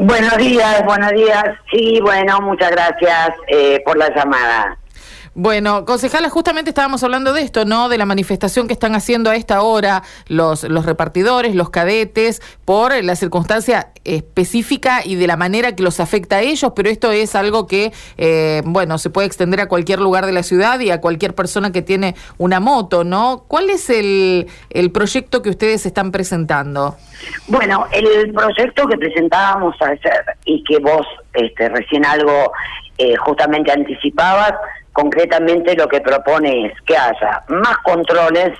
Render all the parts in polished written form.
Buenos días, buenos días. Sí, bueno, muchas gracias por la llamada. Bueno, concejala, justamente estábamos hablando de esto, ¿no? De la manifestación que están haciendo a esta hora los repartidores, los cadetes, por la circunstancia específica y de la manera que los afecta a ellos, pero esto es algo que, se puede extender a cualquier lugar de la ciudad y a cualquier persona que tiene una moto, ¿no? ¿Cuál es el proyecto que ustedes están presentando? Bueno, el proyecto que presentábamos ayer y que vos recién algo justamente anticipabas, concretamente lo que propone es que haya más controles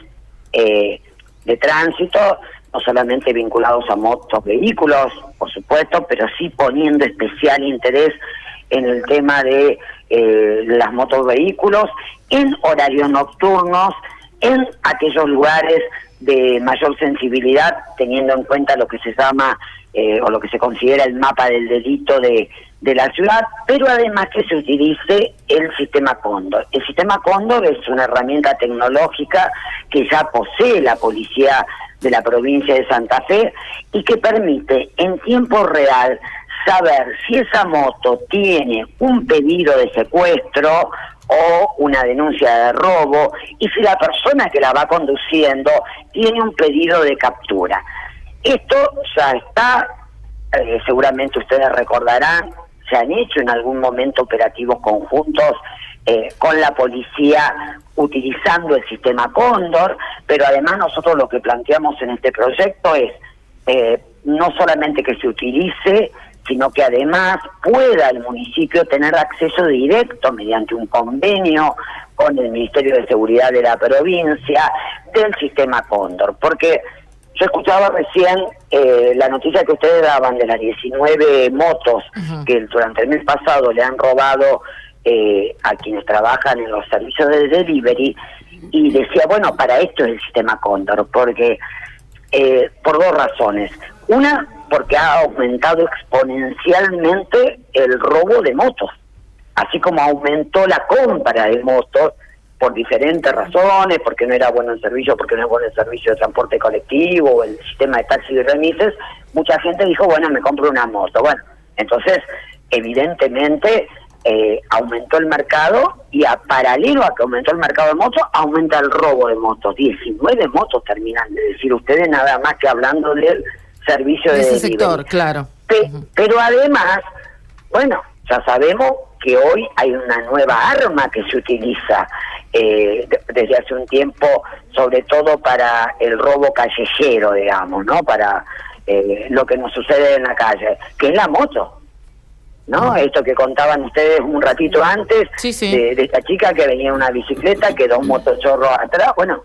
de tránsito, no solamente vinculados a motos, vehículos, por supuesto, pero sí poniendo especial interés en el tema de las motos, vehículos, en horarios nocturnos, en aquellos lugares de mayor sensibilidad, teniendo en cuenta lo que se llama o lo que se considera el mapa del delito de la ciudad, pero además que se utilice el sistema Cóndor. El sistema Cóndor es una herramienta tecnológica que ya posee la policía de la provincia de Santa Fe y que permite en tiempo real saber si esa moto tiene un pedido de secuestro o una denuncia de robo, y si la persona que la va conduciendo tiene un pedido de captura. Esto ya está, seguramente ustedes recordarán, se han hecho en algún momento operativos conjuntos con la policía utilizando el sistema Cóndor, pero además nosotros lo que planteamos en este proyecto es no solamente que se utilice, sino que además pueda el municipio tener acceso directo mediante un convenio con el Ministerio de Seguridad de la provincia del sistema Cóndor. Porque yo escuchaba recién la noticia que ustedes daban de las 19 motos que durante el mes pasado le han robado a quienes trabajan en los servicios de delivery, y decía, bueno, para esto es el sistema Cóndor, porque por dos razones. Una, porque ha aumentado exponencialmente el robo de motos, así como aumentó la compra de motos por diferentes razones, porque no era bueno el servicio, porque no es bueno el servicio de transporte colectivo o el sistema de taxis y remises. Mucha gente dijo, bueno, me compro una moto. Bueno, entonces, evidentemente, aumentó el mercado, y a paralelo a que aumentó el mercado de motos, aumenta el robo de motos. 19 motos terminan de decir ustedes, nada más que hablando del servicio de ese delivery. sector, claro. Pero además, bueno, ya sabemos que hoy hay una nueva arma que se utiliza desde hace un tiempo, sobre todo para el robo callejero, digamos, ¿no? Para lo que nos sucede en la calle, que es la moto, ¿no? Esto que contaban ustedes un ratito antes, sí. De esta chica que venía en una bicicleta, quedó un motochorro atrás. Bueno,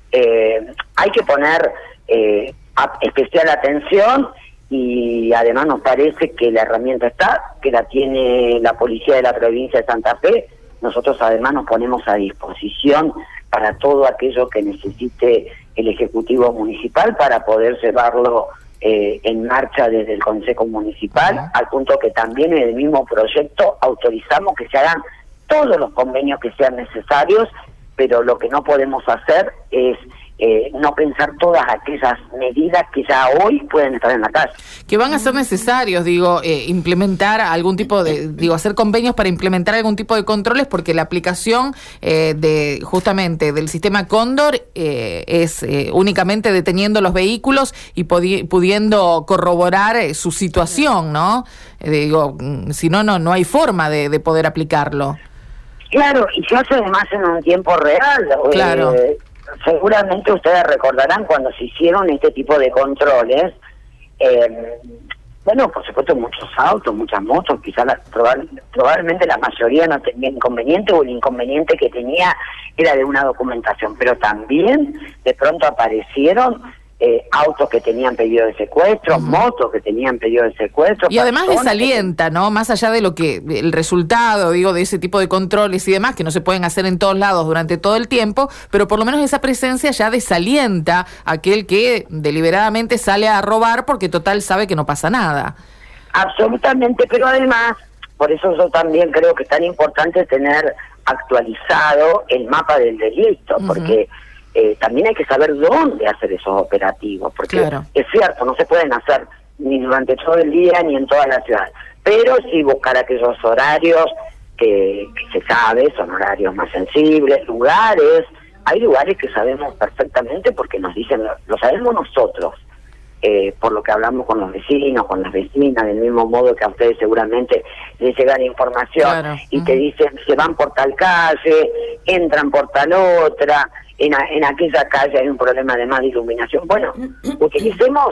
hay que poner especial atención, y además nos parece que la herramienta está, que la tiene la policía de la provincia de Santa Fe. Nosotros además nos ponemos a disposición para todo aquello que necesite el Ejecutivo Municipal para poder llevarlo en marcha desde el Consejo Municipal, al punto que también en el mismo proyecto autorizamos que se hagan todos los convenios que sean necesarios, pero lo que no podemos hacer es no pensar todas aquellas medidas que ya hoy pueden estar en la calle. Que van a ser necesarios, implementar algún tipo de, hacer convenios para implementar algún tipo de controles, porque la aplicación justamente del sistema Cóndor es únicamente deteniendo los vehículos y pudiendo corroborar su situación, ¿no? Si no hay forma de poder aplicarlo. Claro, y se hace además en un tiempo real. Claro. Seguramente ustedes recordarán cuando se hicieron este tipo de controles, por supuesto muchos autos, muchas motos, quizás probablemente la mayoría no tenía inconveniente, o el inconveniente que tenía era de una documentación, pero también de pronto aparecieron autos que tenían pedido de secuestro, motos que tenían pedido de secuestro. Y además desalienta, ¿no? Más allá de lo que el resultado, de ese tipo de controles y demás, que no se pueden hacer en todos lados durante todo el tiempo, pero por lo menos esa presencia ya desalienta a aquel que deliberadamente sale a robar porque total sabe que no pasa nada. Absolutamente, pero además, por eso yo también creo que es tan importante tener actualizado el mapa del delito, porque también hay que saber dónde hacer esos operativos, porque claro, es cierto, no se pueden hacer ni durante todo el día, ni en toda la ciudad. Pero sí buscar aquellos horarios que se sabe, son horarios más sensibles, lugares. Hay lugares que sabemos perfectamente porque nos dicen, lo sabemos nosotros, por lo que hablamos con los vecinos, con las vecinas, del mismo modo que a ustedes seguramente les llega la información, claro, y te dicen, se van por tal calle, entran por tal otra, en aquella calle hay un problema de más de iluminación. Bueno, utilicemos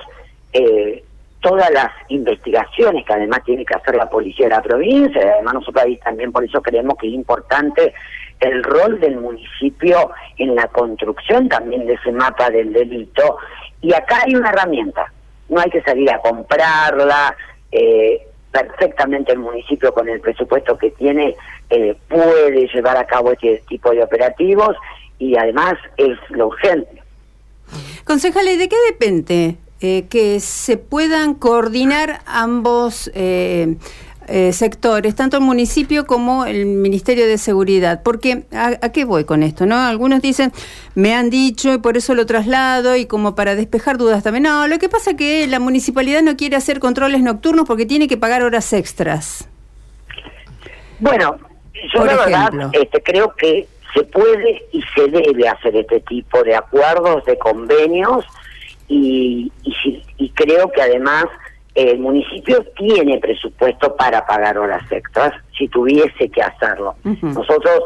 todas las investigaciones que además tiene que hacer la policía de la provincia, y además nosotros ahí también por eso creemos que es importante el rol del municipio en la construcción también de ese mapa del delito. Y acá hay una herramienta, no hay que salir a comprarla, perfectamente el municipio con el presupuesto que tiene puede llevar a cabo este tipo de operativos y además es lo urgente. Concejales, ¿de qué depende que se puedan coordinar ambos sectores, tanto el municipio como el Ministerio de Seguridad? Porque, ¿a qué voy con esto, no? Algunos dicen, me han dicho y por eso lo traslado, y como para despejar dudas también. No, lo que pasa es que la municipalidad no quiere hacer controles nocturnos porque tiene que pagar horas extras. Bueno, yo la verdad creo que se puede y se debe hacer este tipo de acuerdos, de convenios, y creo que además el municipio tiene presupuesto para pagar horas extras si tuviese que hacerlo. Nosotros,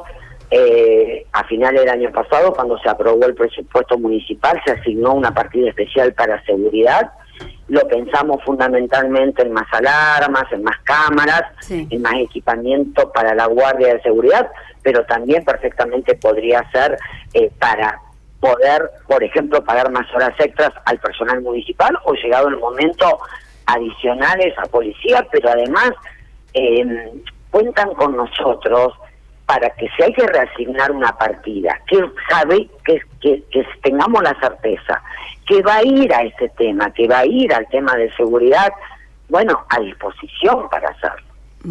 a finales del año pasado, cuando se aprobó el presupuesto municipal, se asignó una partida especial para seguridad. Lo pensamos fundamentalmente en más alarmas, en más cámaras, en más equipamiento para la guardia de seguridad, pero también perfectamente podría ser para poder, por ejemplo, pagar más horas extras al personal municipal, o llegado el momento, adicionales a policía, pero además cuentan con nosotros para que si hay que reasignar una partida, que tengamos la certeza que va a ir a ese tema, que va a ir al tema de seguridad, bueno, a disposición para hacerlo.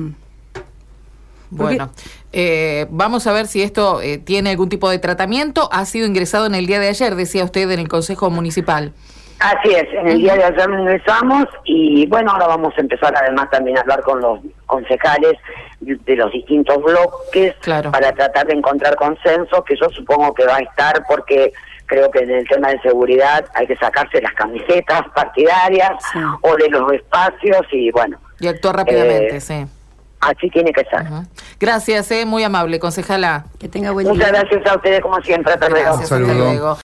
Bueno, vamos a ver si esto tiene algún tipo de tratamiento. Ha sido ingresado en el día de ayer, decía usted, en el Consejo Municipal. Así es, en el día de ayer lo ingresamos y bueno, ahora vamos a empezar además también a hablar con los concejales de los distintos bloques, claro, para tratar de encontrar consenso, que yo supongo que va a estar, porque creo que en el tema de seguridad hay que sacarse las camisetas partidarias o de los espacios y bueno. Y actuar rápidamente, sí. Así tiene que ser. Gracias, muy amable, concejala. Que tenga buen día. Muchas gracias a ustedes como siempre. Hasta luego. Hasta luego.